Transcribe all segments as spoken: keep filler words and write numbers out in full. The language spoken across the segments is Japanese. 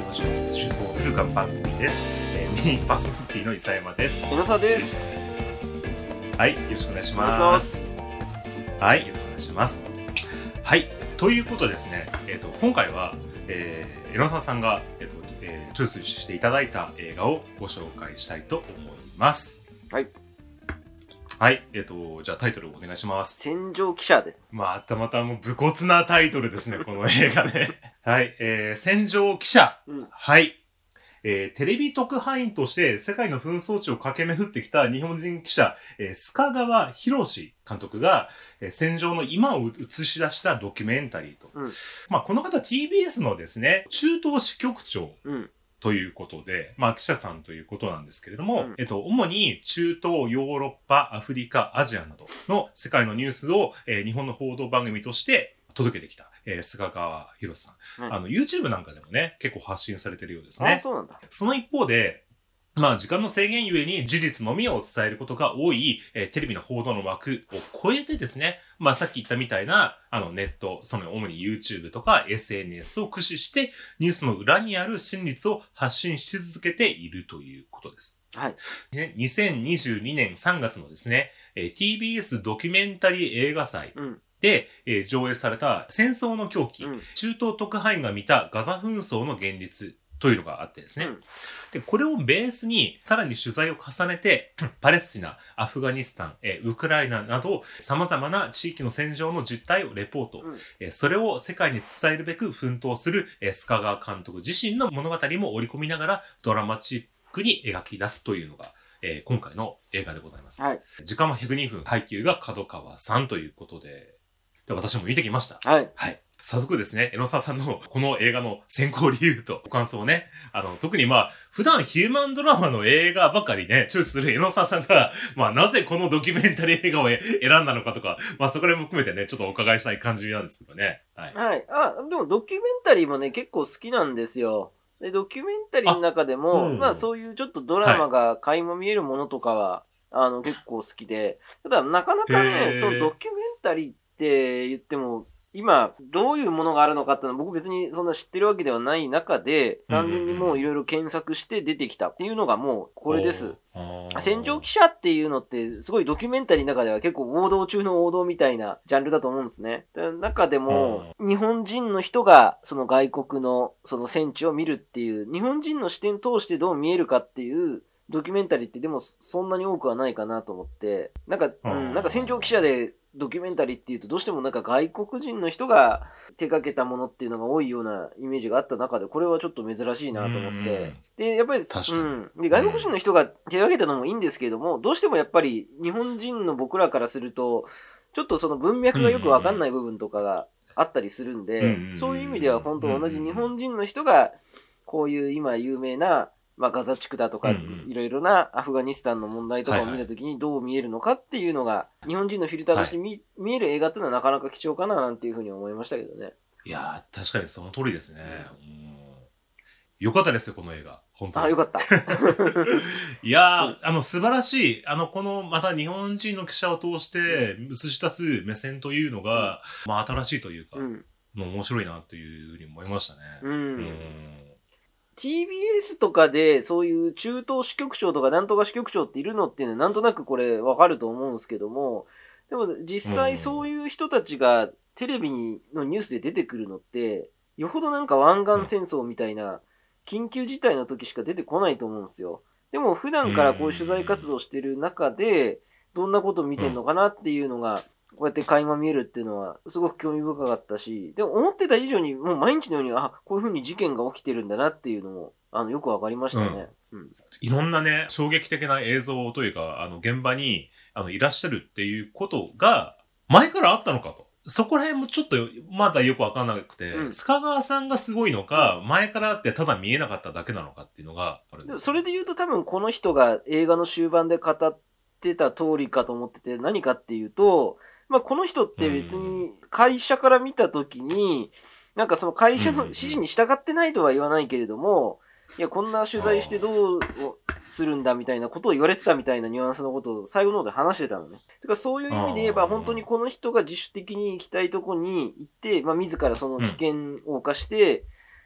を主催する番組です。えー、メインパーソナリティの伊佐山です。 小野さんです。 はい、よろしくお願いします。はい、よろしくお願いします。はい、ということでですね、えっと、今回は、えー、江野沢さんが、えっとえー、チョイスしていただいた映画をご紹介したいと思います。 はい。 はい、えっと、じゃあタイトルをお願いします。 戦場記者です。 またまたもう武骨なタイトルですね、この映画ね。はい、えー、戦場記者。 うん、 はい。えー、テレビ特派員として世界の紛争地を駆け巡ってきた日本人記者、えー、須賀川博監督が、えー、戦場の今を映し出したドキュメンタリーと。 うん、 まあ、この方 ティービーエス のですね、中東支局長。 うんということで、まあ記者さんということなんですけれども、 うん、 えっと、主に中東、ヨーロッパ、アフリカ、アジアなどの世界のニュースを、えー、日本の報道番組として届けてきた、えー、須賀川博さん、はい。あの、YouTube なんかでもね、結構発信されてるようですね。 あ、そうなんだ。 その一方で、まあ時間の制限ゆえに事実のみを伝えることが多い、えー、テレビの報道の枠を超えてですね、まあさっき言ったみたいな、あのネット、その主に YouTube とか エスエヌエス を駆使してニュースの裏にある真実を発信し続けているということです。 はい。 ね、にせんにじゅうにねんさんがつのですね、えー、ティービーエス ドキュメンタリー映画祭。うんで、えー、上映された戦争の狂気、うん、中東特派員が見たガザ紛争の現実というのがあってですね、うん、でこれをベースにさらに取材を重ねてパレスチナ、アフガニスタン、えー、ウクライナなど様々な地域の戦場の実態をレポート、うんえー、それを世界に伝えるべく奮闘する、えー、須賀川監督自身の物語も織り込みながらドラマチックに描き出すというのがえー、今回の映画でございます。はい。時間はひゃくにふん、配給が角川さんということで、で私も見てきました。 はい。 はい。早速ですね、江野沢さんのこの映画の選考理由とご感想をね、あの、特にまあ、普段ヒューマンドラマの映画ばかりね、チョイスする江野沢さんが、まあ、なぜこのドキュメンタリー映画を選んだのかとか、まあ、そこら辺も含めてね、ちょっとお伺いしたい感じなんですけどね。はい。 はい。あ、でもドキュメンタリーもね、結構好きなんですよ。で、ドキュメンタリーの中でも、あまあ、そういうちょっとドラマが垣間見えるものとかは、はい、あの、結構好きで、ただ、なかなかね、そのドキュメンタリーって言っても、今、どういうものがあるのかっていうのは僕別にそんな知ってるわけではない中で、単純にもういろいろ検索して出てきたっていうのがもうこれです。戦場記者っていうのってすごいドキュメンタリーの中では結構王道中の王道みたいなジャンルだと思うんですね。中でも日本人の人がその外国のその戦地を見るっていう、日本人の視点通してどう見えるかっていうドキュメンタリーってでもそんなに多くはないかなと思って、なんか、うん、なんか戦場記者でドキュメンタリーっていうとどうしてもなんか外国人の人が手掛けたものっていうのが多いようなイメージがあった中で、これはちょっと珍しいなと思って。で、やっぱり、うん。で、外国人の人が手掛けたのもいいんですけれども、どうしてもやっぱり日本人の僕らからすると、ちょっとその文脈がよくわかんない部分とかがあったりするんで、そういう意味では本当同じ日本人の人が、こういう今有名なまあ、ガザ地区だとか、いろいろなアフガニスタンの問題とかを見たときにどう見えるのかっていうのが、日本人のフィルターとして 見,、はい、見える映画っていうのはなかなか貴重かななんていうふうに思いましたけどね。 いやー、確かにその通りですね。うんよかったですよ、この映画。本当に。 あ、よかった。 いやー、あの、素晴らしい。あの、この、また日本人の記者を通して、映し出す目線というのが、うん、まあ、新しいというか、うん、面白いなというふうに思いましたね。 うん。うんティービーエス とかでそういう中東支局長とかなんとか支局長っているのっていうのはなんとなくこれわかると思うんですけども、でも実際そういう人たちがテレビのニュースで出てくるのって、よほどなんか湾岸戦争みたいな緊急事態の時しか出てこないと思うんですよ。でも普段からこういう取材活動してる中で、どんなことを見てんのかなっていうのが、こうやって垣間見えるっていうのはすごく興味深かったし、でも思ってた以上にもう毎日のように、あ、こういう風に事件が起きてるんだなっていうのも、あの、よくわかりましたね、 うんうん。いろんなね、衝撃的な映像というか、あの、現場に、あの、いらっしゃるっていうことが、前からあったのかと。そこら辺もちょっと、まだよくわかんなくて、うん、須賀川さんがすごいのか、うん、前からあってただ見えなかっただけなのかっていうのがあるんです。 それで言うと多分この人が映画の終盤で語ってた通りかと思ってて、何かっていうと、まあ、この人って別に会社から見たときに、なんかその会社の指示に従ってないとは言わないけれども、いや、こんな取材してどうするんだみたいなことを言われてたみたいなニュアンスのことを最後の方で話してたのね。だからそういう意味で言えば、本当にこの人が自主的に行きたいとこに行って、まあ、自らその危険を冒して、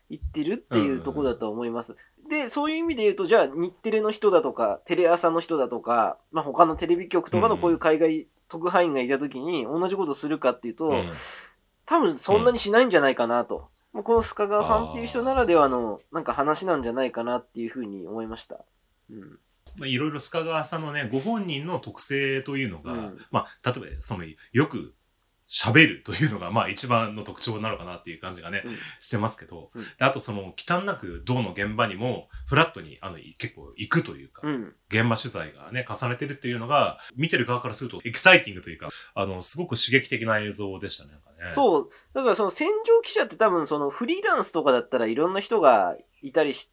行ってるっていうところだと思います。で、そういう意味で言うと、じゃあ日テレの人だとか、テレ朝の人だとか、まあ他のテレビ局とかのこういう海外特派員がいた時に同じことするかっていうと、うん、多分そんなにしないんじゃないかなと。うん、この須賀川さんっていう人ならではのなんか話なんじゃないかなっていうふうに思いました。うん。 まあ、いろいろ須賀川さんのね、ご本人の特性というのが、うん、まあ、例えば、その、よく喋るというのが、まあ、一番の特徴なのかなっていう感じがね、うん、してますけど、うん、あと、その、忌憚なく、どの現場にも、フラットに、あの、結構行くというか、うん、現場取材がね、重ねてるっていうのが、見てる側からすると、エキサイティングというか、あの、すごく刺激的な映像でしたね。なんかね、 そう。だから、その、戦場記者って多分、その、フリーランスとかだったらいろんな人がいたりして、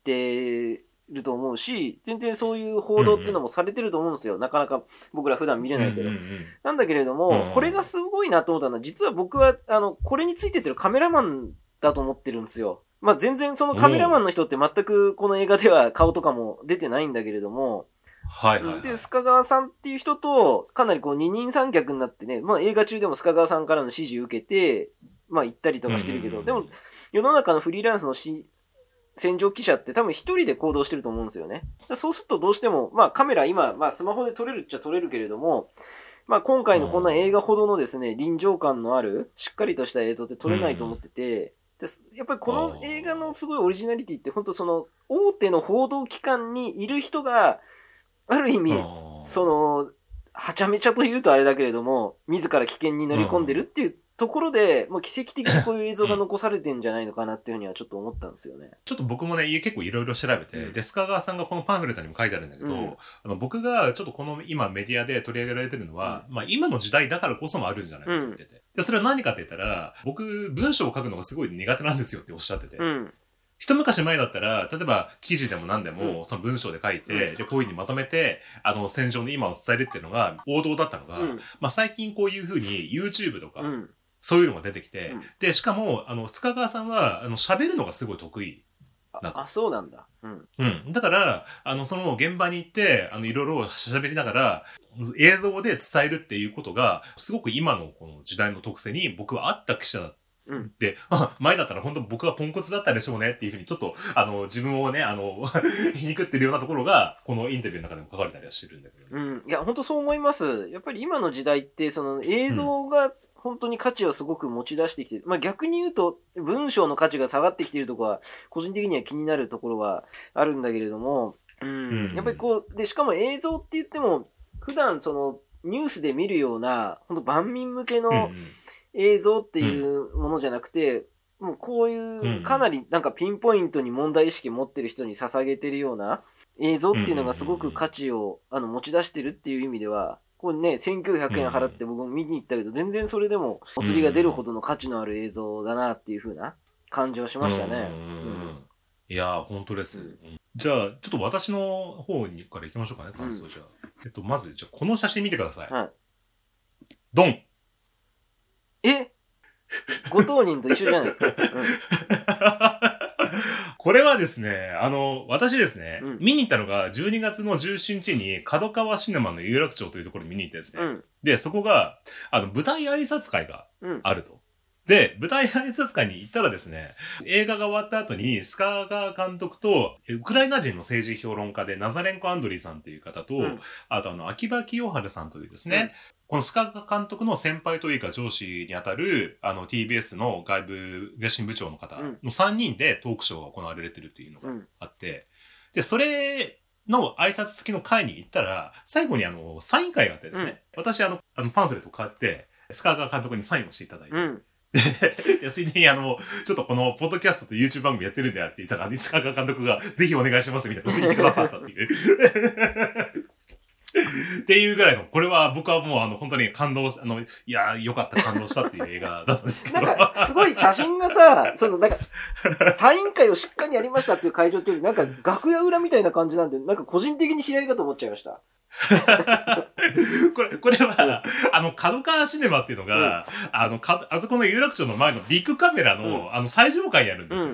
ると思うし、全然そういう報道っていうのもされてると思うんですよ。うんうん、なかなか僕ら普段見れないけど。うんうんうん、なんだけれども、うんうん、これがすごいなと思ったのは、実は僕は、あの、これについてってるカメラマンだと思ってるんですよ。まあ全然そのカメラマンの人って全くこの映画では顔とかも出てないんだけれども、 はいはいはい、 で、須賀川さんっていう人と、かなりこう二人三脚になってね、まあ映画中でも須賀川さんからの指示を受けて、まあ行ったりとかしてるけど、うんうんうん、でも世の中のフリーランスのし戦場記者って多分一人で行動してると思うんですよね。そうするとどうしても、まあカメラ今、まあスマホで撮れるっちゃ撮れるけれども、まあ今回のこんな映画ほどのですね、臨場感のある、しっかりとした映像って撮れないと思ってて、でやっぱりこの映画のすごいオリジナリティって本当その大手の報道機関にいる人が、ある意味、その、はちゃめちゃと言うとあれだけれども、自ら危険に乗り込んでるっていうところで、もう奇跡的にこういう映像が残されてんじゃないのかなっていうふうにはちょっと思ったんですよね。 ちょっと僕もね、結構いろいろ調べて、うん、で、須賀川さんがこのパンフレットにも書いてあるんだけど、うん、あの僕がちょっとこの今メディアで取り上げられてるのは、うん、まあ今の時代だからこそもあるんじゃないかと言ってて、うん、で、それは何かって言ったら、僕文章を書くのがすごい苦手なんですよっておっしゃってて、うん、一昔前だったら、例えば記事でも何でも、その文章で書いて、うん、で、こういう風にまとめて、あの、戦場の今を伝えるっていうのが王道だったのが、うん、まあ最近こういう風に YouTube とか、うん、そういうのが出てきて、うん、で、しかも、あの、塚川さんは、あの、喋るのがすごい得意なあ。あ、そうなんだ。 うん。うん。だから、あの、その現場に行って、あの、いろいろ喋りながら、映像で伝えるっていうことが、すごく今のこの時代の特性に僕はあった記者だうん、で、あ、前だったら本当僕はポンコツだったでしょうねっていうふうにちょっと、あの、自分をね、あの、皮肉ってるようなところが、このインタビューの中でも書かれたりはしてるんだけど、 ね。うん。いや、本当そう思います。やっぱり今の時代って、その映像が本当に価値をすごく持ち出してきてる。うん、まあ逆に言うと、文章の価値が下がってきているところは、個人的には気になるところはあるんだけれども、うん。うん、やっぱりこう、で、しかも映像って言っても、普段その、ニュースで見るような、本当万民向けの映像っていうものじゃなくて、うんもうこういう、かなりなんかピンポイントに問題意識持ってる人に捧げてるような映像っていうのがすごく価値をあの持ち出してるっていう意味では、これね、せんきゅうひゃくえん払って僕も見に行ったけど、全然それでもお釣りが出るほどの価値のある映像だなっていう風な感じはしましたね。うん、 いやー、本当です。うん、じゃあ、ちょっと私の方にから行きましょうかね、感想じゃあ。うん、えっと、まず、じゃあこの写真見てください。はい。ドンえご当人と一緒じゃないですか。うん、 これはですね、あの、私ですね、うん、見に行ったのがじゅうにがつのじゅうしちにちに角川シネマの有楽町というところに見に行ったんですね。うん、で、そこが、あの、舞台挨拶会があると。うんで、舞台挨拶会に行ったらですね、映画が終わった後に、須賀川監督と、ウクライナ人の政治評論家で、ナザレンコ・アンドリーさんという方と、うん、あとあの、秋葉清春さんというですね、うん、この須賀川監督の先輩というか上司にあたる、あの、ティービーエス の外部外信部長の方のさんにんでトークショーが行われてるっていうのがあって、で、それ、の挨拶付きの会に行ったら、最後にあの、サイン会があってですね、うん、私あの、あのパンフレットを買って、須賀川監督にサインをしていただいて、うんで、ついでにあの、ちょっとこの、ポッドキャストと YouTube 番組やってるんだよって言ったら、須賀監督が、ぜひお願いしますみたいなこと言ってくださったっていう。っていうぐらいの、これは僕はもうあの、本当に感動し、あの、いやー、よかった、感動したっていう映画だったんですけど。 なんか、すごい写真がさ、その、なんか、サイン会をしっかりやりましたっていう会場っていうより、なんか、楽屋裏みたいな感じなんで、なんか個人的に平井かと思っちゃいました。 これ、これは、あの、角川シネマっていうのが、うん、あの、か、あそこの有楽町の前のビッグカメラの、うん、あの、最上階にあるんですよ。うん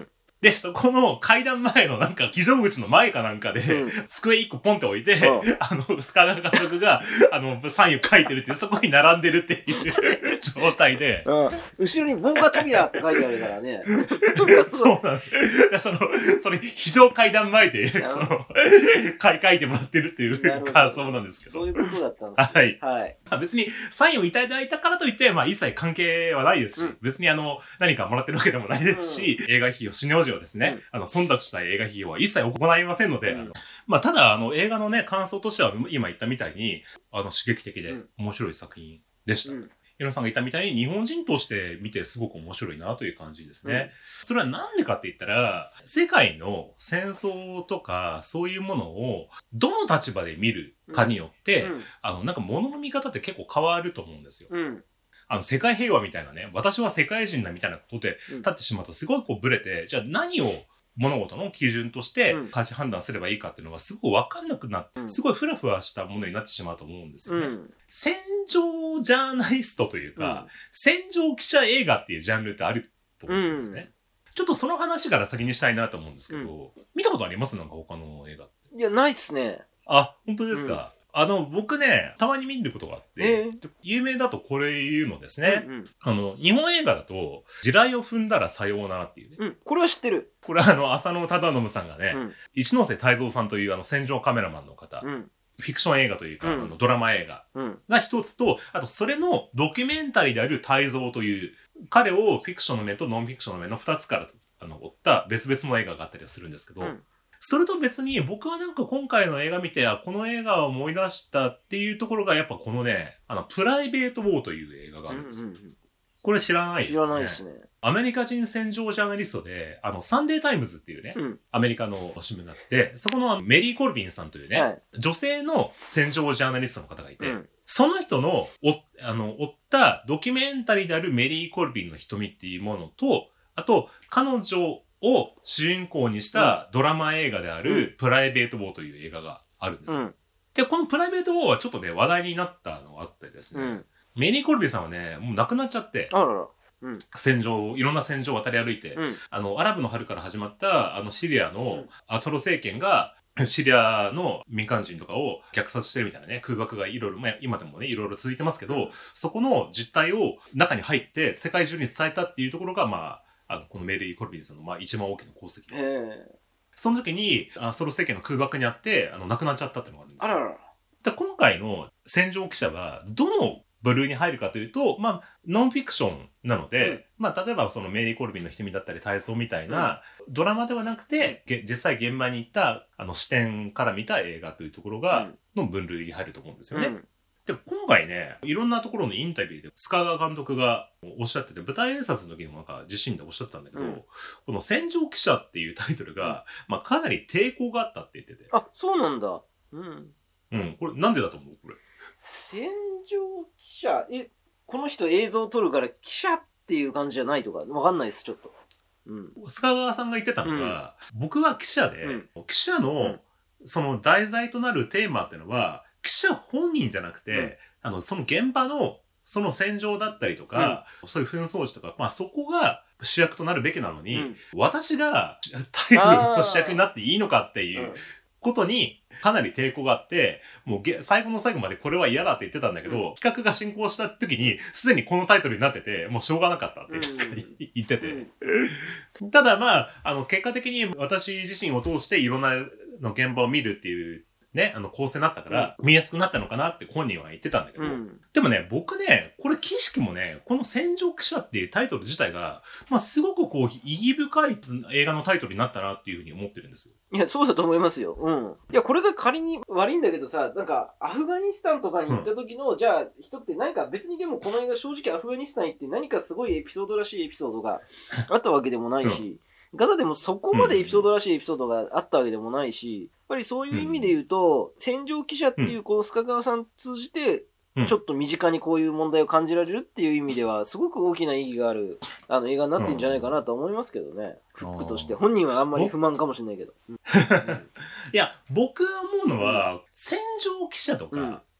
で、そこの階段前のなんか、非常口の前かなんかで、うん、机一個ポンって置いて、うん、あの、須賀川監督が、あの、サインを書いてるって、そこに並んでるっていう状態で、 うん。後ろに棒が扉って書いてあるからね。 そうなんだ。その、それ、非常階段前で、その、書いてもらってるっていう感想なんですけど。 そういうことだったんですね。 はい。 はい。 別に、サインをいただいたからといって、まあ、一切関係はないですし、うん、別にあの、何かもらってるわけでもないですし、うん、映画費用、シネオジをですね、うん、あの、忖度した映画費用は一切行いませんので、うん、あのまあ、ただ、あの、映画のね、感想としては、今言ったみたいに、あの、刺激的で面白い作品でした。うんヒロさんが言ったみたいに日本人として見てすごく面白いなという感じですね。うん、それはなんでかって言ったら、世界の戦争とかそういうものをどの立場で見るかによって、うんうん、あの、なんか物の見方って結構変わると思うんですよ。うんあの、世界平和みたいなね、私は世界人だみたいなことで立ってしまうとすごいこうブレて、じゃあ何を物事の基準として価値判断すればいいかっていうのがすごいわかんなくなって、うん、すごいフラフラしたものになってしまうと思うんですよね。うん、戦場ジャーナリストというか、うん、戦場記者映画っていうジャンルってあると思うんですね。うん、ちょっとその話から先にしたいなと思うんですけど、見たことありますなんか他の映画って。 いや、ないっすね。 あ、本当ですか。あの、僕ね、たまに見ることがあって、えー、有名だとこれ言うのですね。うんうん、あの、日本映画だと、地雷を踏んだらさようならっていうね。 うん、これは知ってる。 これはあの、浅野忠信さんがね、うん、一ノ瀬泰造さんというあの、戦場カメラマンの方、うん、フィクション映画というか、うん、あのドラマ映画が一つと、あとそれのドキュメンタリーである泰造という、彼をフィクションの面とノンフィクションの面の二つからあの追った別々の映画があったりはするんですけど、うんそれと別に僕はなんか今回の映画見て、あ、この映画を思い出したっていうところがやっぱこのね、あの、プライベートウォーという映画があるんです。うんうんうん、これ知らないですね。 知らないですね。 アメリカ人戦場ジャーナリストで、あの、サンデータイムズっていうね、うん、アメリカの新聞があって、そこのメリー・コルビンさんというね、はい、女性の戦場ジャーナリストの方がいて、うん、その人の、お、あの、追ったドキュメンタリーであるメリー・コルビンの瞳っていうものと、あと、彼女を主人公にしたドラマ映画であるプライベートウォーという映画があるんですよ。うん、で、このプライベートウォーはちょっとね、話題になったのがあってですね、うん、メリー・コルビンさんはね、もう亡くなっちゃって、 あららうん、 戦場、いろんな戦場を渡り歩いて、うん、あの、アラブの春から始まった、あの、シリアのアサド政権が、シリアの民間人とかを虐殺してるみたいなね、空爆がいろいろ、まあ、今でもね、いろいろ続いてますけど、そこの実態を中に入って世界中に伝えたっていうところが、まあ、あの、このメリー・コルビンさんの、まあ、一番大きな功績。その時に、あソロ政権の空爆にあって、あの、亡くなっちゃったっていうのがあるんですよ。 あらら。 で今回の戦場記者は、どの部類に入るかというと、まあ、ノンフィクションなので、うん、まあ、例えばそのメリー・コルビンの瞳だったり、体操みたいな、うん、ドラマではなくて、実際現場に行った、あの、視点から見た映画というところが、うん、の分類に入ると思うんですよね。うんで、今回ね、いろんなところのインタビューで、須賀川監督がおっしゃってて、舞台挨拶の時もなんか自身でおっしゃってたんだけど、うん、この戦場記者っていうタイトルが、うん、まあかなり抵抗があったって言ってて。 あ、そうなんだ。うん。 うん。これなんでだと思うこれ。 戦場記者え、この人映像を撮るから記者っていう感じじゃないとか、わかんないです、ちょっと。うん。 須賀川さんが言ってたのが、うん、僕は記者で、うん、記者の、その題材となるテーマっていうのは、記者本人じゃなくて、うん、あの、その現場の、その戦場だったりとか、うん、そういう紛争地とか、まあそこが主役となるべきなのに、うん、私がタイトルの主役になっていいのかっていうことにかなり抵抗があって、もう最後の最後までこれは嫌だって言ってたんだけど、うん、企画が進行した時に、すでにこのタイトルになってて、もうしょうがなかったって言ってて。うん、ただまあ、あの、結果的に私自身を通していろんなの現場を見るっていう、ね、あの、構成になったから、見やすくなったのかなって本人は言ってたんだけど、うん、でもね、僕ね、これ、景色もね、この戦場記者っていうタイトル自体が、まあ、すごくこう、意義深い映画のタイトルになったなっていうふうに思ってるんですよ。 いや、そうだと思いますよ。うん。いや、これが仮に悪いんだけどさ、なんか、アフガニスタンとかに行った時の、うん、じゃあ、人って何か別にでもこの映画正直アフガニスタン行って何かすごいエピソードらしいエピソードがあったわけでもないし、うんガザでもそこまでエピソードらしいエピソードがあったわけでもないし、やっぱりそういう意味で言うと、うん、戦場記者っていうこの須賀川さん通じて、ちょっと身近にこういう問題を感じられるっていう意味では、すごく大きな意義がある、あの映画になってんじゃないかなと思いますけどね。フックとして。本人はあんまり不満かもしれないけど。うん、 いや、僕が思うのは、戦場記者とか、うん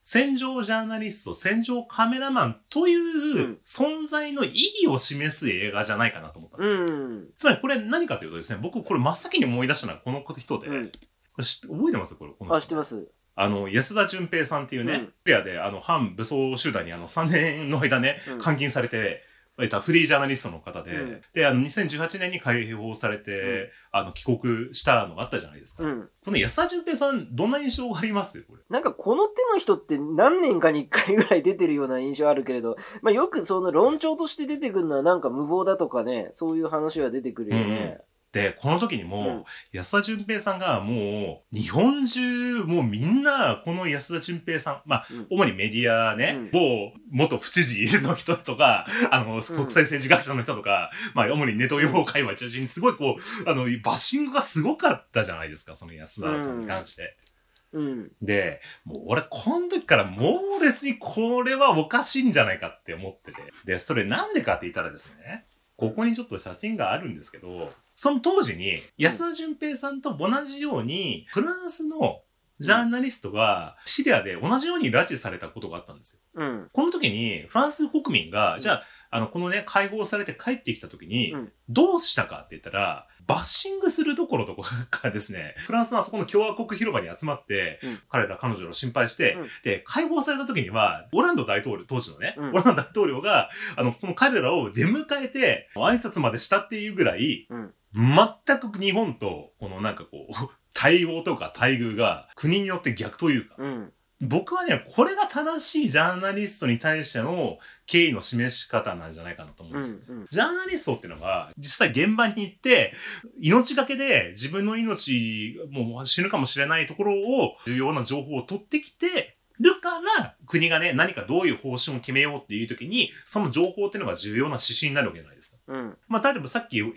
戦場ジャーナリスト、戦場カメラマンという存在の意義を示す映画じゃないかなと思ったんですよ。うん、つまりこれ何かというとですね、僕これ真っ先に思い出したのはこの人で、うん、これ覚えてますこれこのあ、知ってます。 あの、安田純平さんっていうね、うん、ペアであの、反武装集団にあの、さんねんの間ね、監禁されて、えっと、フリージャーナリストの方で、うん、で、あの、にせんじゅうはちねんに解放されて、うん、あの、帰国したのがあったじゃないですか。うん、この安田純平さん、どんな印象がありますこれ。 なんか、この手の人って何年かにいっかいぐらい出てるような印象あるけれど、まあ、よくその論調として出てくるのはなんか無謀だとかね、そういう話は出てくるよね。うんで、この時にも、うん、安田純平さんがもう、日本中、もうみんな、この安田純平さん、まあ、うん、主にメディアね、うん、某元府知事の人とか、あの、国際政治学者の人とか、うん、まあ、主にネトウヨ界隈中心にすごいこう、あの、バッシングがすごかったじゃないですか、その安田さんに関して。うん、で、もう俺、この時から猛烈にこれはおかしいんじゃないかって思ってて。で、それなんでかって言ったらですね、ここにちょっと写真があるんですけど、その当時に安田純平さんと同じように、フランスのジャーナリストがシリアで同じように拉致されたことがあったんですよ。うん、この時にフランス国民が、じゃあ、あの、このね、解放されて帰ってきた時に、どうしたかって言ったら、バッシングするどころとかですね、フランスのあそこの共和国広場に集まって、うん、彼ら彼女を心配して、うん、で、解放された時には、オランド大統領、当時のね、うん、オランド大統領が、あの、この彼らを出迎えて、挨拶までしたっていうぐらい、うん、全く日本と、このなんかこう、対応とか待遇が国によって逆というか、うん僕はね、これが正しいジャーナリストに対しての敬意の示し方なんじゃないかなと思うんですよ。うんうん、ジャーナリストっていうのは、実際現場に行って、命がけで自分の命、もう死ぬかもしれないところを、重要な情報を取ってきて、るから、国がね、何かどういう方針を決めようっていう時に、その情報っていうのが重要な指針になるわけじゃないですか。うん。まあ、例えばさっき言った、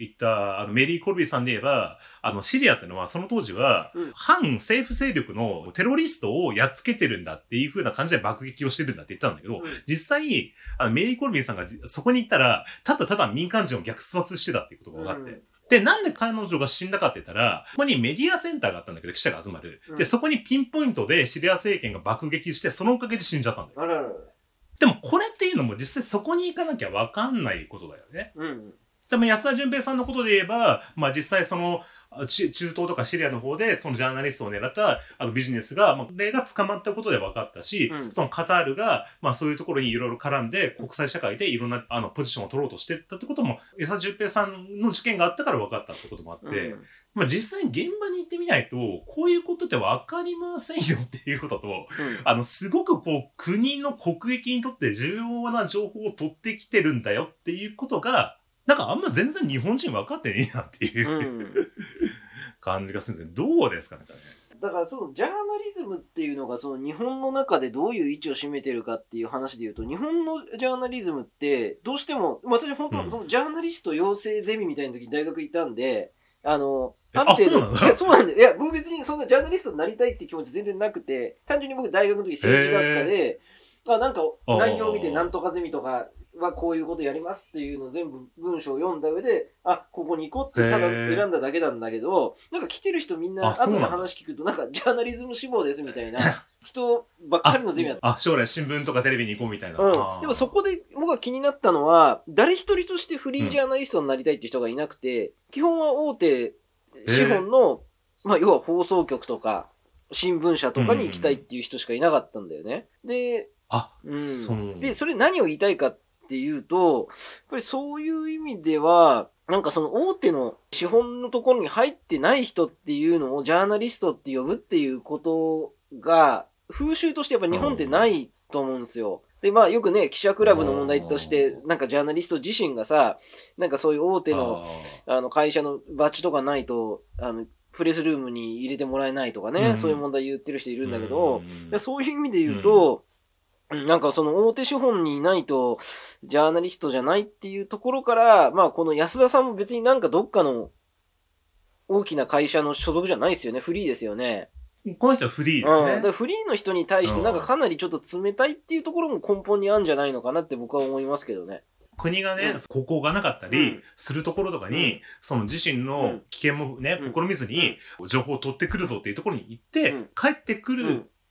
あの、メリー・コルビーさんで言えば、あの、シリアっていうのは、その当時は、うん、反政府勢力のテロリストをやっつけてるんだっていう風な感じで爆撃をしてるんだって言ったんだけど、うん、実際、あの、メリー・コルビーさんがそこに行ったら、ただただ民間人を虐殺してたっていうことが分かって、うんで、なんで彼女が死んだかって言ったら、ここにメディアセンターがあったんだけど、記者が集まる。うん、で、そこにピンポイントでシリア政権が爆撃して、そのおかげで死んじゃったんだよ。あらららでも、これっていうのも実際そこに行かなきゃわかんないことだよね。うん。でも、安田純平さんのことで言えば、まあ実際その、中東とかシリアの方で、そのジャーナリストを狙った、あのビジネスが、まあ、例が捕まったことで分かったし、うん、そのカタールが、まあそういうところにいろいろ絡んで、国際社会でいろんな、あの、ポジションを取ろうとしてったってことも、安田純平さんの事件があったから分かったってこともあって、うん、まあ実際に現場に行ってみないと、こういうことって分かりませんよっていうことと、うん、あの、すごくこう、国の国益にとって重要な情報を取ってきてるんだよっていうことが、なんかあんま全然日本人分かってねえなっていう、うん、感じがするんですけど、どうですかね。 だからそのジャーナリズムっていうのがその日本の中でどういう位置を占めてるかっていう話で言うと、日本のジャーナリズムってどうしても、私本当、うん、そのジャーナリスト養成ゼミみたいな時に大学行ったんで、あの、 ある程度、そうなんだ。 いや、そうなんだ。いや、僕別にそんなジャーナリストになりたいって気持ち全然なくて、単純に僕大学の時政治学科で、あ、なんか内容を見てなんとかゼミとか、はこういうことやりますっていうのを全部文章を読んだ上で、あ、ここに行こうってただ選んだだけなんだけど、なんか来てる人みんな後で話聞くとなんかジャーナリズム志望ですみたいな人ばっかりのゼミだった。 あ、将来新聞とかテレビに行こうみたいな。 うん。でもそこで僕が気になったのは、誰一人としてフリージャーナリストになりたいって人がいなくて、うん、基本は大手資本の、まあ要は放送局とか新聞社とかに行きたいっていう人しかいなかったんだよね。で、 あ、 うん、 そう。 で、それ何を言いたいかっていうと、やっぱりそういう意味では、なんかその大手の資本のところに入ってない人っていうのをジャーナリストって呼ぶっていうことが、風習としてやっぱ日本ってないと思うんですよ。で、まあよくね、記者クラブの問題として、なんかジャーナリスト自身がさ、なんかそういう大手のあの会社のバッジとかないと、あの、プレスルームに入れてもらえないとかね、うん、そういう問題言ってる人いるんだけど、うん、そういう意味で言うと、うんなんかその大手資本にいないとジャーナリストじゃないっていうところから、まあこの安田さんも別になんかどっかの大きな会社の所属じゃないですよね。フリーですよね。 この人はフリーですね。 うん、だからフリーの人に対してなんかかなりちょっと冷たいっていうところも根本にあるんじゃないのかなって僕は思いますけどね。 国がね、ここがなかったりするところとかに、うん、その自身の危険もね、試みずに情報を取ってくるぞっていうところに行って、うん、帰ってくる。っ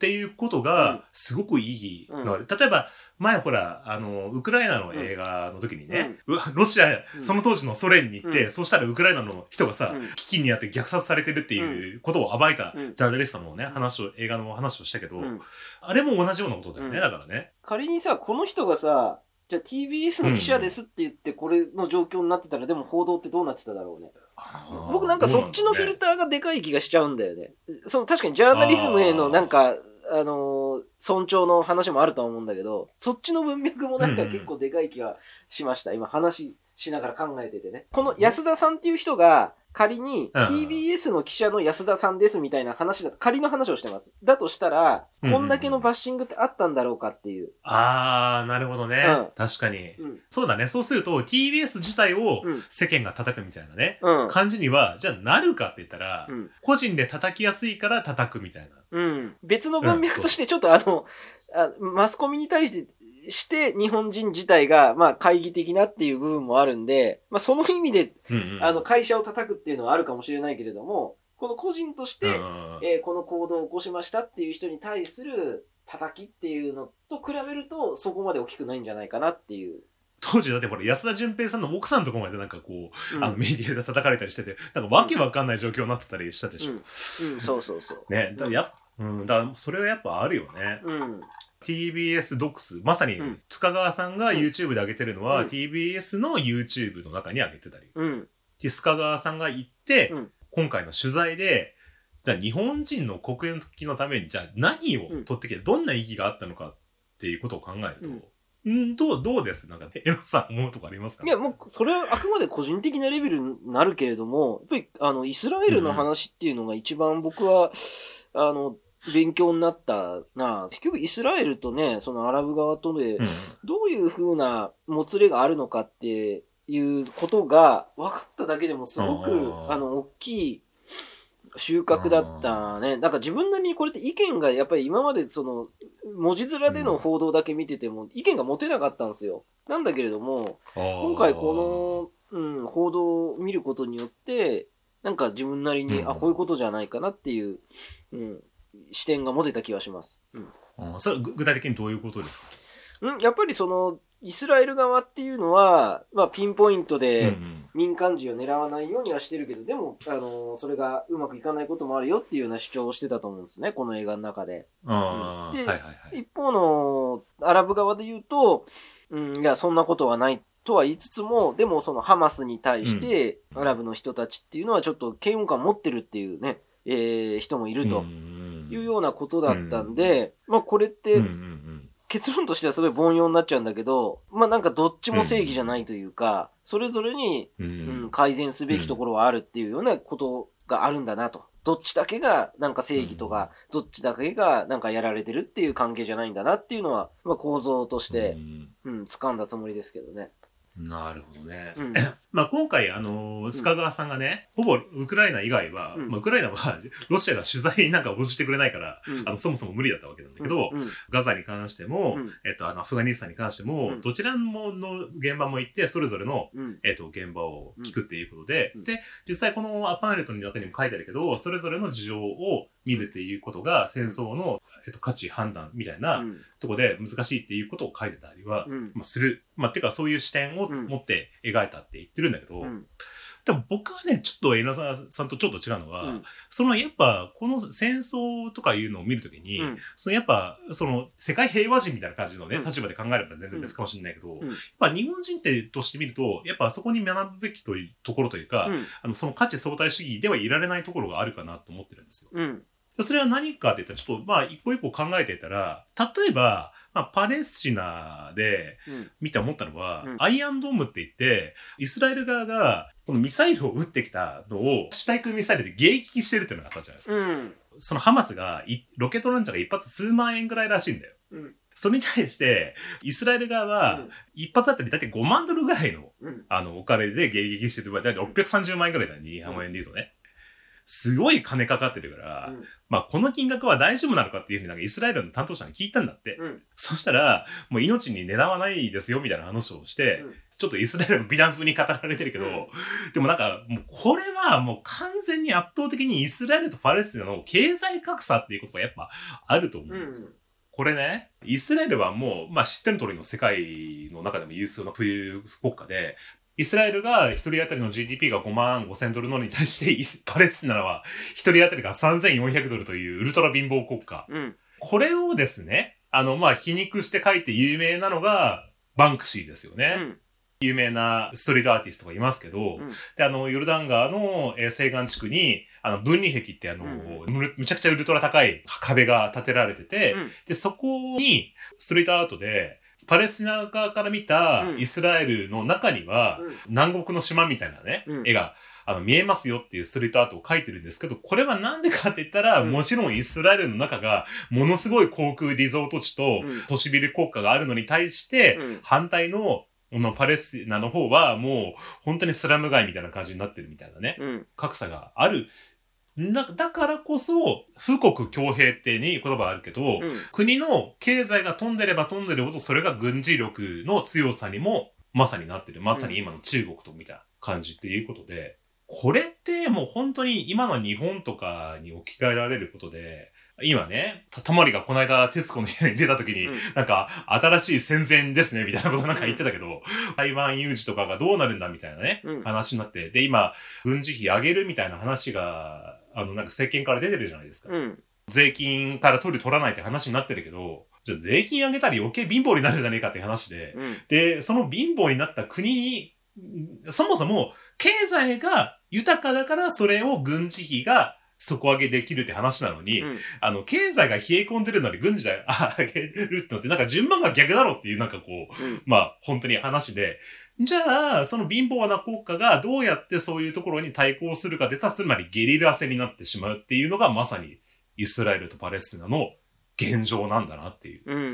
っていうことが、すごく意義がある。例えば、前ほら、あの、ウクライナの映画の時にね、うん、ロシア、その当時のソ連に行って、うん、そうしたらウクライナの人がさ、うん、危機にあって虐殺されてるっていうことを暴いたジャーナリストのね、話を、映画の話をしたけど、うん、あれも同じようなことだよね、だからね。 仮にさ、この人がさ、じゃあ ティービーエス の記者ですって言って、これの状況になってたら、でも報道ってどうなってただろうね。僕なんかそっちのフィルターがでかい気がしちゃうんだよね。その確かにジャーナリズムへのなんか、あのー、尊重の話もあるとは思うんだけど、そっちの文脈もなんか結構でかい気がしました。うんうん、今話しながら考えててね。この安田さんっていう人が仮に ティービーエス の記者の安田さんですみたいな話だ、仮の話をしてます。だとしたら、こんだけのバッシングってあったんだろうかっていう。 あー、なるほどね。うん、確かに、うん。そうだね。そうすると ティービーエス 自体を世間が叩くみたいなね、うん、感じには、じゃあなるかって言ったら、うん、個人で叩きやすいから叩くみたいな。 うん。別の文脈としてちょっとあの、あマスコミに対して、して日本人自体が、まあ、懐疑的なっていう部分もあるんで、まあ、その意味で、うんうん、あの、会社を叩くっていうのはあるかもしれないけれども、この個人として、えー、この行動を起こしましたっていう人に対する叩きっていうのと比べると、そこまで大きくないんじゃないかなっていう。 当時だってこれ安田純平さんの奥さんのとこまでなんかこう、うん、あのメディアで叩かれたりしてて、なんかわけわかんない状況になってたりしたでしょ。うん、うん、 そうそうそう。 ね、だや、うん、だそれはやっぱあるよね。うん。ティービーエス ドックス、まさに塚川さんが YouTube で上げてるのは、うん、ティービーエス の YouTube の中に上げてたり。うん、で塚川さんが行って、うん、今回の取材で、じゃあ日本人の国益のために、じゃあ何を取ってきて、どんな意義があったのかっていうことを考えると、うん、んどう、どうですなんか、エロさん思うとこありますか？ いや、もう、それはあくまで個人的なレベルになるけれども、やっぱり、あの、イスラエルの話っていうのが一番僕は、うん、あの、勉強になったな。結局イスラエルとね、そのアラブ側とで、どういう風なもつれがあるのかっていうことが分かっただけでもすごく、あの、大きい収穫だったね。だから自分なりにこれって意見がやっぱり今までその、文字面での報道だけ見てても意見が持てなかったんですよ。なんだけれども、今回この、うん、報道を見ることによって、なんか自分なりに、うん、あ、こういうことじゃないかなっていう、うん、視点が持てた気がします。 うん、あそれは具体的にどういうことですか？ うん、やっぱりそのイスラエル側っていうのは、まあ、ピンポイントで民間人を狙わないようにはしてるけど、うんうん、でも、あのー、それがうまくいかないこともあるよっていうような主張をしてたと思うんですね、この映画の中で。 あうん、で、はいはいはい、 一方のアラブ側で言うと、うん、いや、そんなことはないとは言いつつも、でもそのハマスに対して、アラブの人たちっていうのはちょっと嫌悪感持ってるっていうね、えー、人もいるというようなことだったんで、まあこれって、結論としてはすごい凡庸になっちゃうんだけど、まあなんかどっちも正義じゃないというか、それぞれに、うん、改善すべきところはあるっていうようなことがあるんだなと。どっちだけがなんか正義とか、どっちだけがなんかやられてるっていう関係じゃないんだなっていうのは、まあ構造として、うん、掴んだつもりですけどね。 なるほどね。うん、まあ今回、あのー、須賀川さんがね、うん、ほぼウクライナ以外は、うん、まあ、ウクライナはロシアが取材なんか応じてくれないから、うん、あのそもそも無理だったわけなんだけど、うんうん、ガザに関しても、うん、えっと、あの、アフガニスタンに関しても、うん、どちらもの現場も行って、それぞれの、うん、えっと、現場を聞くっていうことで、うん、で、実際このパンフレットの中にも書いてあるけど、それぞれの事情を見るっていうことが戦争の、えっと、価値判断みたいなところで難しいっていうことを書いてたりは、うん、まあ、する。まあ、てかそういう視点を持って描いたって言ってるんだけど、うん、でも僕はね、ちょっと稲沢さんとちょっと違うのは、うん、そのやっぱこの戦争とかいうのを見るときに、うん、そのやっぱその世界平和人みたいな感じのね、うん、立場で考えれば全然別かもしれないけど、うん、やっぱ日本人ってとして見ると、やっぱそこに学ぶべきというところというか、うん、あのその価値相対主義ではいられないところがあるかなと思ってるんですよ。うんそれは何かって言ったら、ちょっと、まあ、一個一個考えていたら、例えば、まあ、パレスチナで見て思ったのは、うん、アイアンドームって言って、イスラエル側が、このミサイルを撃ってきたのを、地対空ミサイルで迎撃してるっていうのがあったじゃないですか。うん、そのハマスが、ロケットランチャーが一発数万円ぐらいらしいんだよ。うん、それに対して、イスラエル側は、一発あたりだいたいごまんドルぐらいの、うん、あの、お金で迎撃してる場合、だいたいろっぴゃくさんじゅうまん円ぐらいだね、日本円で言うとね。 すごい金かかってるから、うん、まあこの金額は大丈夫なのかっていうふうになんかイスラエルの担当者に聞いたんだって。うん、そしたら、もう命に狙わないですよみたいな話をして、うん、ちょっとイスラエルの美談風に語られてるけど、うん、でもなんかもうこれはもう完全に圧倒的にイスラエルとパレスチナの経済格差っていうことがやっぱあると思うんですよ。うん、これね、イスラエルはもう、まあ知ってる通りの世界の中でも有数の富裕国家で、イスラエルが一人当たりの ジーディーピー がごまんごせんドルのに対して、パレスチナは一人当たりがさんぜんよんひゃくドルというウルトラ貧乏国家。うん、これをですね、あの、まあ、皮肉して書いて有名なのがバンクシーですよね。うん、有名なストリートアーティストがいますけど、うん、で、あの、ヨルダン川の西岸地区に、あの、分離壁ってあの、うん、む、むちゃくちゃウルトラ高い壁が建てられてて、うん、で、そこにストリートアートで、パレスチナ側から見たイスラエルの中には、南国の島みたいなね、うん、絵があの見えますよっていうストリートアートを描いてるんですけど、これはなんでかって言ったら、うん、もちろんイスラエルの中がものすごい航空リゾート地と都市ビル国家があるのに対して、うん、反対ののパレスチナの方はもう本当にスラム街みたいな感じになってるみたいなね、うん、格差がある。だ、だからこそ、富国強兵ってに言葉があるけど、うん、国の経済が飛んでれば飛んでるほど、それが軍事力の強さにも、まさになってる。まさに今の中国とみたいな感じっていうことで、これってもう本当に今の日本とかに置き換えられることで、今ね、たまりがこの間、徹子の部屋に出た時に、うん、なんか、新しい戦前ですね、みたいなことなんか言ってたけど、うん、台湾有事とかがどうなるんだ、みたいなね、うん、話になって、で、今、軍事費上げるみたいな話が、あの、なんか政権から出てるじゃないですか。うん、税金から取る取らないって話になってるけど、じゃあ税金上げたら余計貧乏になるじゃねえかって話で、うん、で、その貧乏になった国に、そもそも経済が豊かだからそれを軍事費が底上げできるって話なのに、うん、あの、経済が冷え込んでるのに軍事で上げるってのって、なんか順番が逆だろっていうなんかこう、うん、まあ本当に話で、じゃあ、その貧乏な国家がどうやってそういうところに対抗するかって言ったら、つまりゲリラ戦になってしまうっていうのがまさにイスラエルとパレスチナの現状なんだなっていう、うん、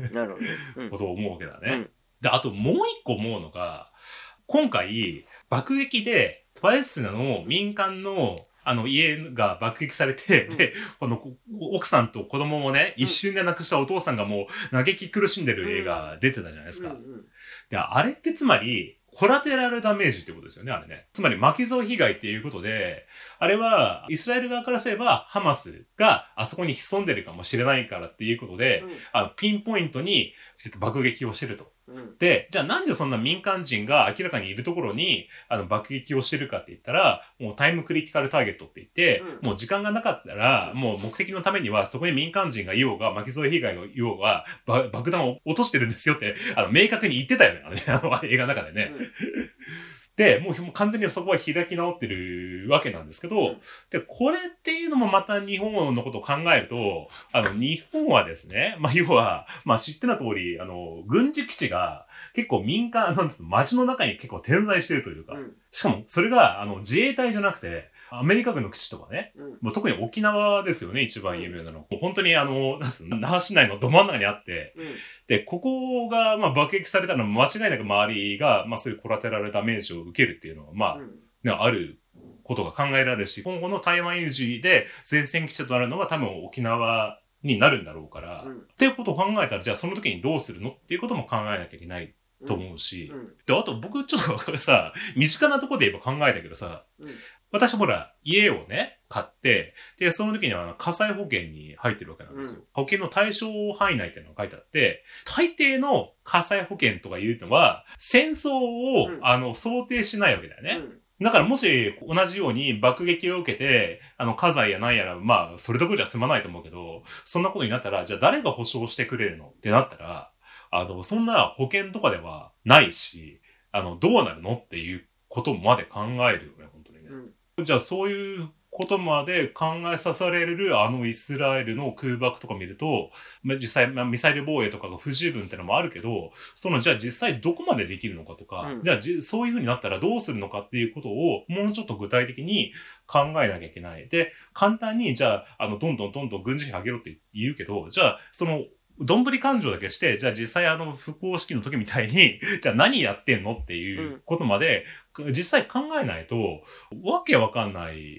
なるほど、うん、ことを思うわけだね。うん、で、あともう一個思うのが、今回爆撃でパレスチナの民間のあの家が爆撃されて、うん、で、この奥さんと子供もね、一瞬で亡くしたお父さんがもう嘆き苦しんでる映画出てたじゃないですか。うんうんうん、で、あれってつまり、コラテラルダメージってことですよね、あれね。つまり巻き添え被害っていうことで、あれはイスラエル側からすればハマスがあそこに潜んでるかもしれないからっていうことで、うん、あのピンポイントに、えっと、爆撃をしてると。うん、で、じゃあなんでそんな民間人が明らかにいるところにあの爆撃をしてるかって言ったら、もうタイムクリティカルターゲットって言って、うん、もう時間がなかったら、もう目的のためにはそこに民間人がいようが、巻き添え被害がいようが、爆弾を落としてるんですよって、あの明確に言ってたよね、あのね、あの映画の中でね。うんで、もう完全にそこは開き直ってるわけなんですけど、うん、で、これっていうのもまた日本のことを考えると、あの、日本はですね、まあ、要は、まあ、知っての通り、あの、軍事基地が結構民間、なんつうの、街の中に結構点在してるというか、うん、しかもそれが、あの、自衛隊じゃなくて、アメリカ軍の基地とかね、うん、もう特に沖縄ですよね、一番有名なの。うん、本当にあの、なんす那覇市内のど真ん中にあって、うん、で、ここが、まあ、爆撃されたのは間違いなく周りが、まあ、そういうコラテラルダメージを受けるっていうのは、まあ、うんね、あることが考えられるし、今後の台湾有事で前線基地となるのは多分沖縄になるんだろうから、うん、っていうことを考えたら、じゃあその時にどうするのっていうことも考えなきゃいけないと思うし、うんうん、で、あと僕ちょっとさ、身近なところで言えば考えたけどさ、うん私ほら、家をね、買って、で、その時には火災保険に入ってるわけなんですよ。うん、保険の対象範囲内っていうのが書いてあって、大抵の火災保険とかいうのは、戦争を、うん、あの、想定しないわけだよね。うんだからもし同じように爆撃を受けて、あの、家財やなんやら、まあ、それどころじゃ済まないと思うけど、そんなことになったら、じゃあ誰が保証してくれるのってなったら、あの、そんな保険とかではないし、あの、どうなるのっていうことまで考えるよね、本当にね。うんじゃあそういうことまで考えさせられるあのイスラエルの空爆とか見ると、実際、まあ、ミサイル防衛とかが不十分ってのもあるけど、そのじゃあ実際どこまでできるのかとか、うん、じゃあじそういう風になったらどうするのかっていうことをもうちょっと具体的に考えなきゃいけない。で、簡単にじゃあ、あの、どんどんどんどん軍事費上げろって言うけど、じゃあその、どんぶり勘定だけして、じゃあ実際あの復興式の時みたいに、じゃあ何やってんのっていうことまで、うん、実際考えないと、わけわかんない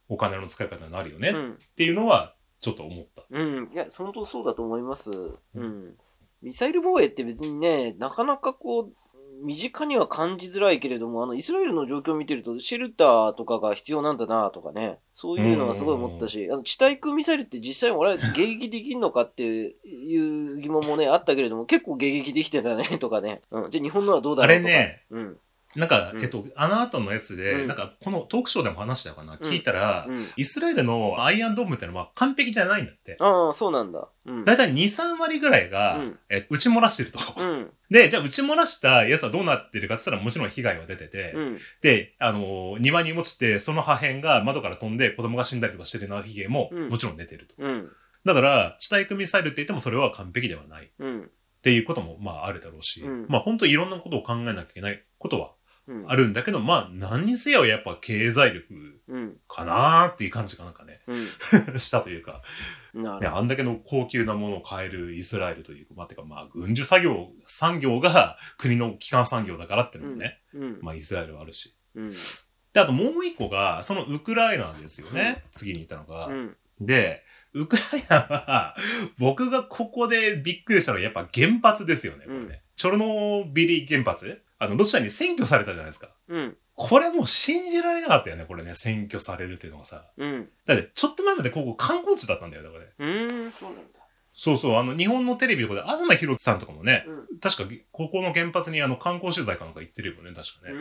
お金の使い方になるよね、うん、っていうのはちょっと思った。 うん。いや、そのとそうだと思います。うん。ミサイル防衛って別にね、なかなかこう、身近には感じづらいけれども、あの、イスラエルの状況を見てると、シェルターとかが必要なんだなとかね、そういうのはすごい思ったし、あの、地対空ミサイルって実際俺は迎撃できんのかっていう疑問もね、あったけれども、結構迎撃できてたね、とかね。うん。じゃあ日本のはどうだろうとか。 あれね、 うん。 なんか、うん、えっと、あの後のやつで、うん、なんか、このトークショーでも話したのかな、うん、聞いたら、うん、イスラエルのアイアンドームってのは完璧じゃないんだって。 ああ、そうなんだ。うん、 だいたいに、さんわりぐらいが、うん、え、撃ち漏らしてると。うん、で、じゃあ撃ち漏らしたやつはどうなってるかって言ったらもちろん被害は出てて、うん、で、あのー、庭に落ちて、その破片が窓から飛んで子供が死んだりとかしてるような被害ももちろん出てると。うん、だから、地対空ミサイルって言ってもそれは完璧ではない。うん、っていうことも、まあ、あるだろうし、うん、まあ、本当にいろんなことを考えなきゃいけないことは、あるんだけど、うん、まあ、何にせよやっぱ経済力かなーっていう感じがなんかね、うん、したというか、ね、あんだけの高級なものを買えるイスラエルというか、まあ、てかまあ、軍需作業、産業が国の基幹産業だからっていうのもね、うん、まあ、イスラエルはあるし、うん。で、あともう一個が、そのウクライナですよね、うん、次に言ったのが。うん、で、ウクライナは、僕がここでびっくりしたのはやっぱ原発ですよね、これね。うん、チョルノービリ原発あの、ロシアに占拠されたじゃないですか。うん。これもう信じられなかったよね、これね、占拠されるっていうのがさ。うん。だって、ちょっと前までここ観光地だったんだよ、だからね。 うーん、そうなんだ。 そうそう、あの、日本のテレビとかで、東博樹さんとかもね、うん、確か、ここの原発にあの、観光取材かなんか行ってるよね、確かね。うん。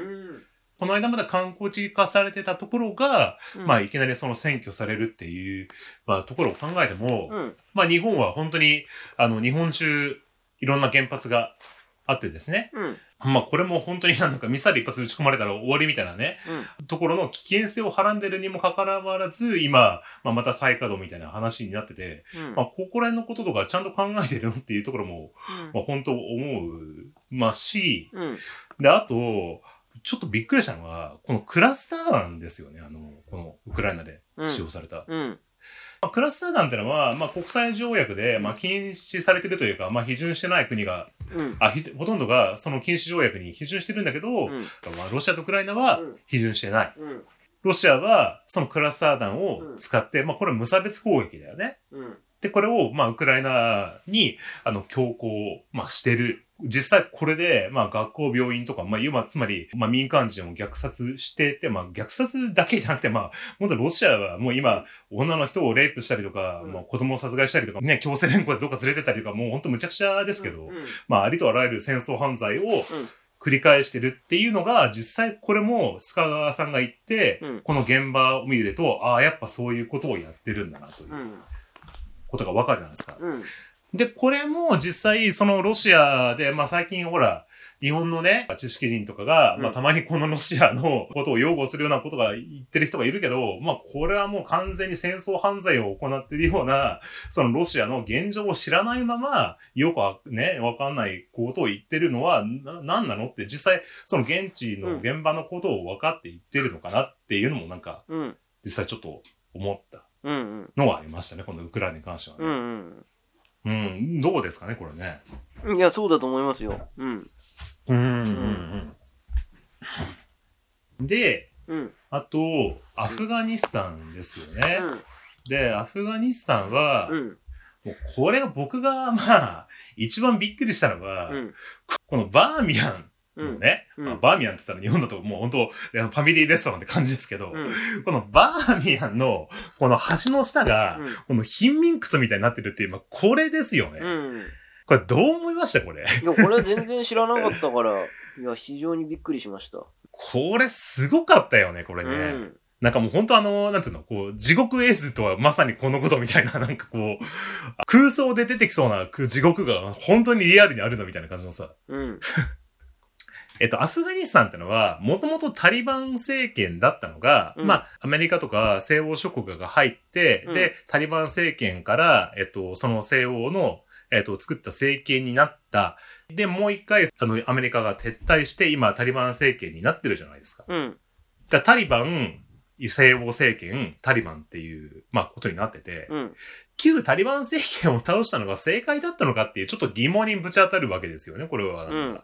この間まで観光地化されてたところが、うん、まあ、いきなりその占拠されるっていう、まあ、ところを考えても、うん、まあ、日本は本当に、あの、日本中、いろんな原発があってですね。うんまあこれも本当になんかミサイル一発撃ち込まれたら終わりみたいなね、うん、ところの危険性をはらんでるにもかかわらず、今、まあ、また再稼働みたいな話になってて、うん、まあここら辺のこととかちゃんと考えてるのっていうところも、うん、まあ本当思う、まあし、うん、で、あと、ちょっとびっくりしたのは、このクラスター弾ですよね、あの、このウクライナで使用された。うんうんまあ、クラスター弾ってのは、まあ、国際条約で、まあ、禁止されてるというか、まあ、批准してない国が、うん、あほとんどがその禁止条約に批准してるんだけど、うん、まあ、ロシアとウクライナは批准してない。うん、ロシアはそのクラスター弾を使って、まあ、これは無差別攻撃だよね。うんで、これを、まあ、ウクライナに、あの、強行、まあ、してる。実際、これで、まあ、学校、病院とか、まあ、今、つまり、まあ、民間人を虐殺してて、まあ、虐殺だけじゃなくて、まあ、本当ロシアはもう今、女の人をレイプしたりとか、うん、もう子供を殺害したりとか、ね、強制連行でどっか連れてったりとか、もう本当無茶苦茶ですけど、うんうん、まあ、ありとあらゆる戦争犯罪を、繰り返してるっていうのが、実際これも、須賀川さんが言って、うん、この現場を見ると、ああ、やっぱそういうことをやってるんだな、という。うんことがわかるじゃないですか。うん、で、これも実際、そのロシアで、まあ最近ほら、日本のね、知識人とかが、うん、まあたまにこのロシアのことを擁護するようなことが言ってる人がいるけど、まあこれはもう完全に戦争犯罪を行っているような、そのロシアの現状を知らないまま、よくね、わかんないことを言ってるのは、な、なんなのって実際、その現地の現場のことを分かって言ってるのかなっていうのもなんか、うん、実際ちょっと思った。のはありましたね、このウクライナに関してはね。うん、うん。うん、どうですかね、これね。 いや、そうだと思いますよ。うん。うん、うん、 うん。で、うん、あと、アフガニスタンですよね。うん、で、アフガニスタンは、うん、もうこれが僕が、まあ、一番びっくりしたのは、うん、このバーミヤン、のね、うんまあ、バーミヤンって言ったら日本だともう本当ファミリーレストランって感じですけど、うん、このバーミヤンのこの橋の下が、うん、この貧民窟みたいになってるっていう、まあ、これですよね、うん。これどう思いましたこれ。 いや、これは全然知らなかったから、いや、非常にびっくりしました。 これすごかったよね、これね。うん、なんかもう本当あの、なんていうの、こう、地獄絵図とはまさにこのことみたいな、なんかこう、空想で出てきそうな地獄が本当にリアルにあるのみたいな感じのさ。うんえっと、アフガニスタンってのは、もともとタリバン政権だったのが、うん、まあ、アメリカとか西欧諸国が入って、うん、で、タリバン政権から、えっと、その西欧の、えっと、作った政権になった。で、もう一回、あの、アメリカが撤退して、今、タリバン政権になってるじゃないですか。うん、だタリバン、西欧政権、タリバンっていう、まあ、ことになってて、うん、旧タリバン政権を倒したのが正解だったのかっていう、ちょっと疑問にぶち当たるわけですよね、これは。うん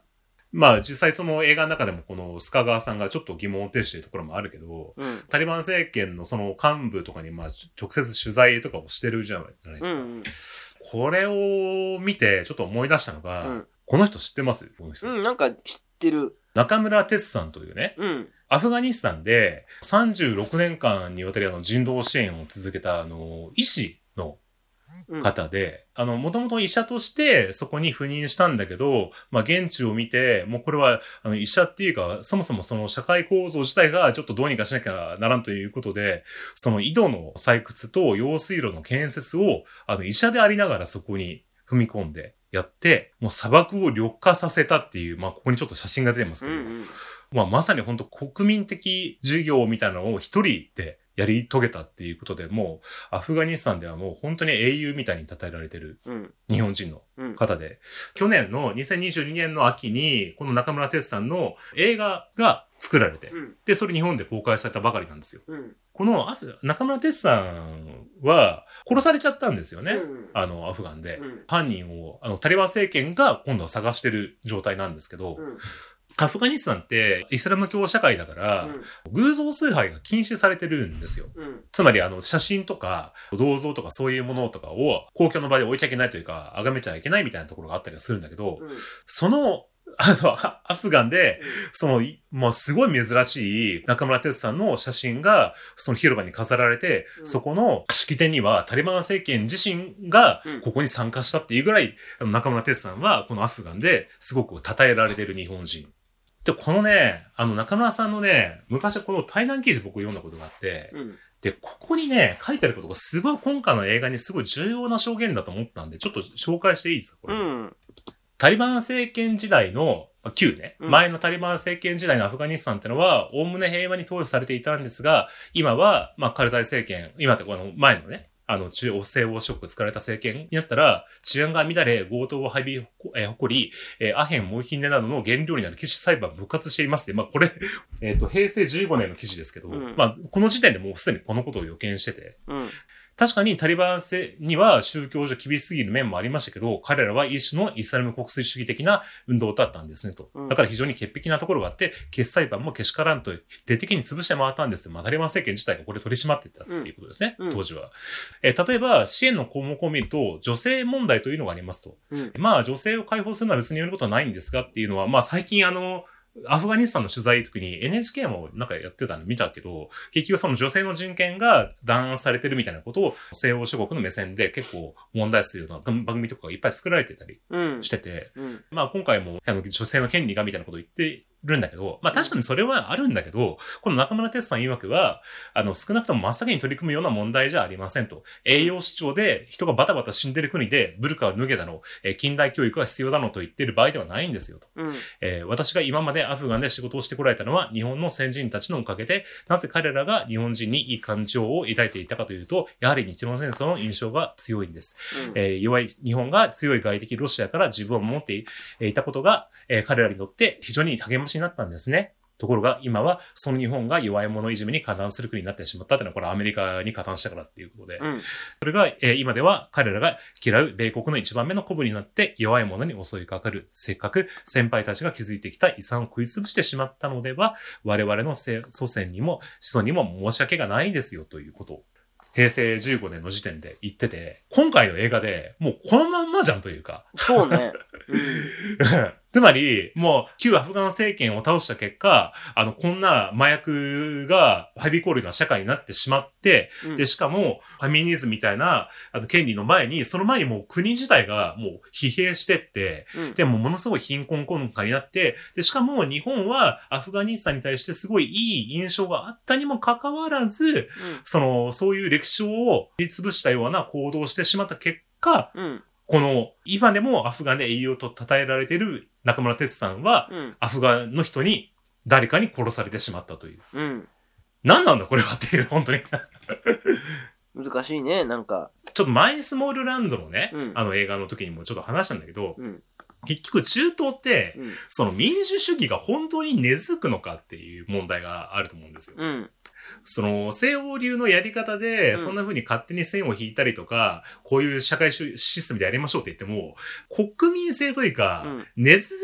まあ実際その映画の中でもこの須賀川さんがちょっと疑問を呈しているところもあるけど、うん、タリバン政権のその幹部とかにまあ直接取材とかをしてるじゃないですか。うんうん、これを見てちょっと思い出したのが、うん、この人知ってます？この人。 うん、なんか知ってる。 中村哲さんというね、うん、アフガニスタンでさんじゅうろくねんかんにわたりあの人道支援を続けたあの医師の方で、うん、あの、もともと医者としてそこに赴任したんだけど、まあ、現地を見て、もうこれは、あの、医者っていうか、そもそもその社会構造自体がちょっとどうにかしなきゃならんということで、その井戸の採掘と用水路の建設を、あの、医者でありながらそこに踏み込んでやって、もう砂漠を緑化させたっていう、まあ、ここにちょっと写真が出てますけど、うんうん、まあ、まさに本当国民的授業みたいなのを一人で、やり遂げたっていうことで、もう、アフガニスタンではもう本当に英雄みたいに称えられてる日本人の方で、うん、去年のにせんにじゅうにねんの秋に、この中村哲さんの映画が作られて、うん、で、それ日本で公開されたばかりなんですよ。うん、この中村哲さんは殺されちゃったんですよね。うん、あの、アフガンで。うん、犯人を、あの、タリバン政権が今度は探してる状態なんですけど、うんアフガニスタンってイスラム教社会だから、うん、偶像崇拝が禁止されてるんですよ。うん、つまりあの写真とか銅像とかそういうものとかを公共の場で置いちゃいけないというか、崇めちゃいけないみたいなところがあったりはするんだけど、うん、そのあの、アフガンで、その、もうすごい珍しい中村哲さんの写真が、その広場に飾られて、うん、そこの式典にはタリバン政権自身がここに参加したっていうぐらい、うん、中村哲さんはこのアフガンですごく称えられている日本人。で、このね、あの中村さんのね、昔この対談記事僕読んだことがあって、うん、で、ここにね、書いてあることがすごい今回の映画にすごい重要な証言だと思ったんで、ちょっと紹介していいですかこれ、うん、タリバン政権時代の、旧ね、うん、前のタリバン政権時代のアフガニスタンってのは、おおむね平和に統治されていたんですが、今は、まあ、カルザイ政権、今ってこの前のね、あの、中央西欧諸国使われた政権になったら、治安が乱れ、強盗をはび、えー、誇り、えー、アヘン、モヒネなどの原料になる騎士裁判復活していますね。まあ、これ、えっと、平成じゅうごねんの記事ですけど、うん、まあ、この時点でもうすでにこのことを予見してて、うん確かにタリバンには宗教上厳しすぎる面もありましたけど、彼らは一種のイスラム国粋主義的な運動だったんですねと。だから非常に潔癖なところがあって、決裁判もけしからんと徹底的に潰して回ったんですよ。まあタリバン政権自体がこれ取り締まっていたっていうことですね、うん、当時は。えー、例えば支援の項目を見ると、女性問題というのがありますと。うん、まあ女性を解放するのは別に言うことはないんですがっていうのは、まあ最近あの、アフガニスタンの取材時に エヌエイチケー もなんかやってたの見たけど、結局その女性の人権が弾圧されてるみたいなことを西欧諸国の目線で結構問題視するような番組とかがいっぱい作られてたりしてて、うんうん、まあ今回もあの女性の権利がみたいなことを言ってるんだけど、まあ確かにそれはあるんだけど、この中村哲さん曰くは、あの少なくとも真っ先に取り組むような問題じゃありませんと。栄養失調で人がバタバタ死んでる国でブルカを脱げだの、えー、近代教育が必要だのと言ってる場合ではないんですよと、うんえー。私が今までアフガンで仕事をしてこられたのは日本の先人たちのおかげで、なぜ彼らが日本人にいい感情を抱いていたかというと、やはり日露戦争の印象が強いんです。うんえー、弱い日本が強い外敵ロシアから自分を守っていたことが、えー、彼らにとって非常に励ましになったんですね。ところが今はその日本が弱い者いじめに加担する国になってしまったというのはこれアメリカに加担したからっていうことで、うん、それが、えー、今では彼らが嫌う米国の一番目の鼓舞になって弱い者に襲いかかる、せっかく先輩たちが築いてきた遺産を食い潰してしまったのでは我々の祖先にも子孫にも申し訳がないですよということを平成じゅうごねんの時点で言ってて、今回の映画でもうこのまんまじゃんというか。 そうね。うん、 つまり、もう旧アフガン政権を倒した結果、あの、こんな麻薬がはびこるような社会になってしまって、うん、で、しかもファミニズムみたいなあの権利の前に、その前にもう国自体がもう疲弊してって、うん、でもものすごい貧困国家になって、で、しかも日本はアフガニスタンに対してすごいいい印象があったにもかかわらず、うん、その、そういう歴史を言い潰したような行動をしてしまった結果、うんこの、今でもアフガンで英雄と称えられている中村哲さんは、うん、アフガンの人に誰かに殺されてしまったという。うん、何なんだこれはっていう、本当に。 難しいね、なんか。 ちょっとマイスモールランドのね、うん、あの映画の時にもちょっと話したんだけど、うん、結局中東って、うん、その民主主義が本当に根付くのかっていう問題があると思うんですよ。うんその、西欧流のやり方で、そんな風に勝手に線を引いたりとか、うん、こういう社会システムでやりましょうって言っても、国民性というか、うん、根付く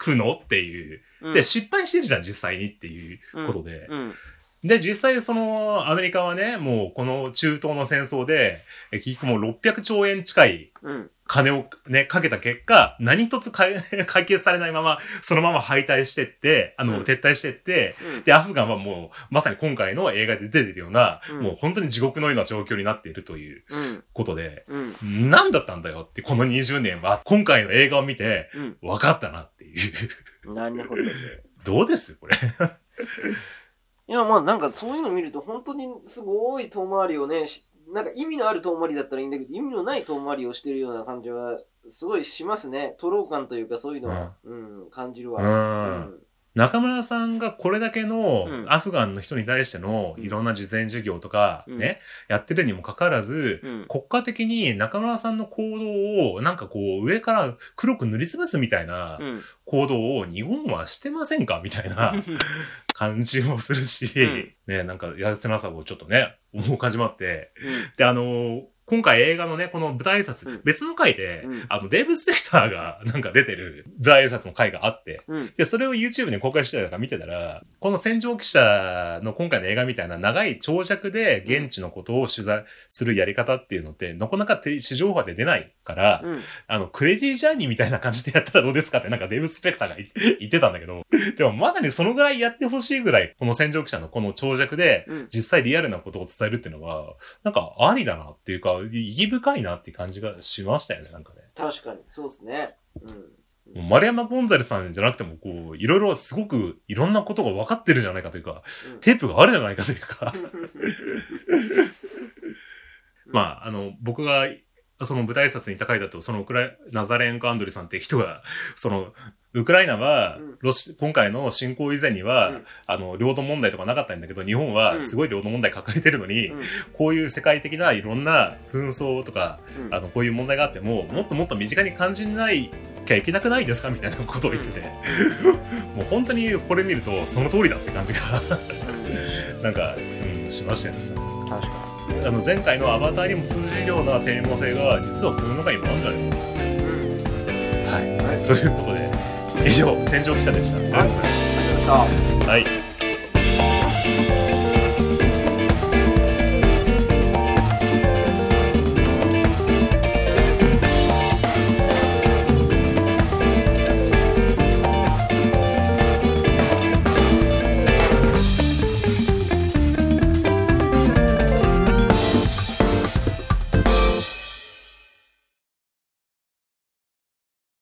くのっていう。で、失敗してるじゃん、実際にっていうことで。うんうんで、実際そのアメリカはね、もうこの中東の戦争で、結局もうろっぴゃくちょうえん近い金をね、かけた結果、何一つ解決されないまま、そのまま敗退してって、あの、うん、撤退してって、うん、で、アフガンはもう、まさに今回の映画で出てるような、うん、もう本当に地獄のような状況になっているということで、うん、何だったんだよって、このにじゅうねんは、今回の映画を見て、分かったなっていう。 なるほど。 どうですこれ。 いや、まあなんかそういうの見ると本当にすごい遠回りをね、なんか意味のある遠回りだったらいいんだけど、意味のない遠回りをしてるような感じはすごいしますね。徒労感というかそういうのは、うん、うん、感じるわ。うんうん中村さんがこれだけのアフガンの人に対してのいろんな慈善事業とかね、うん、やってるにもかかわらず、うん、国家的に中村さんの行動をなんかこう上から黒く塗りつぶすみたいな行動を日本はしてませんかみたいな感じもするし、うん、ね、なんかやせなさをちょっとね、思う感じもあって、うん、で、あのー、今回映画のね、この舞台挨拶、うん、別の回で、うん、あの、デーブ・スペクターがなんか出てる舞台挨拶の回があって、うん、で、それを YouTube に公開してたりとか見てたら、この戦場記者の今回の映画みたいな長い長尺で現地のことを取材するやり方っていうのって、なかなか地上波で出ないから、うん、あの、クレイジージャーニーみたいな感じでやったらどうですかってなんかデーブ・スペクターが言ってたんだけど、でもまさにそのぐらいやってほしいぐらい、この戦場記者のこの長尺で、実際リアルなことを伝えるっていうのは、なんかありだなっていうか、意義深いなっていう感じがしましたよね、なんかね。 確かに、そうですね。 うん。丸山ゴンザレスさんじゃなくても、こう、いろいろすごくいろんなことが分かってるじゃないかというか、うん、テープがあるじゃないかというか。まあ、あの、僕が、その舞台挨拶にいた回だと、そのウクライナザレンコ・アンドリさんって人が、その、ウクライナは、ロシ、うん、今回の侵攻以前には、うん、あの、領土問題とかなかったんだけど、日本はすごい領土問題抱えてるのに、うん、こういう世界的ないろんな紛争とか、うん、あの、こういう問題があっても、もっともっと身近に感じないきゃいけなくないですかみたいなことを言ってて、もう本当にこれ見ると、その通りだって感じが、なんか、うん、しましたよね。 確かに。 あの前回のアバターにも通じるようなテーマ性が実はこの中にもあるんじゃないかな、うん、はい、はい、ということで以上戦場記者でした。ありがとうございました。はい。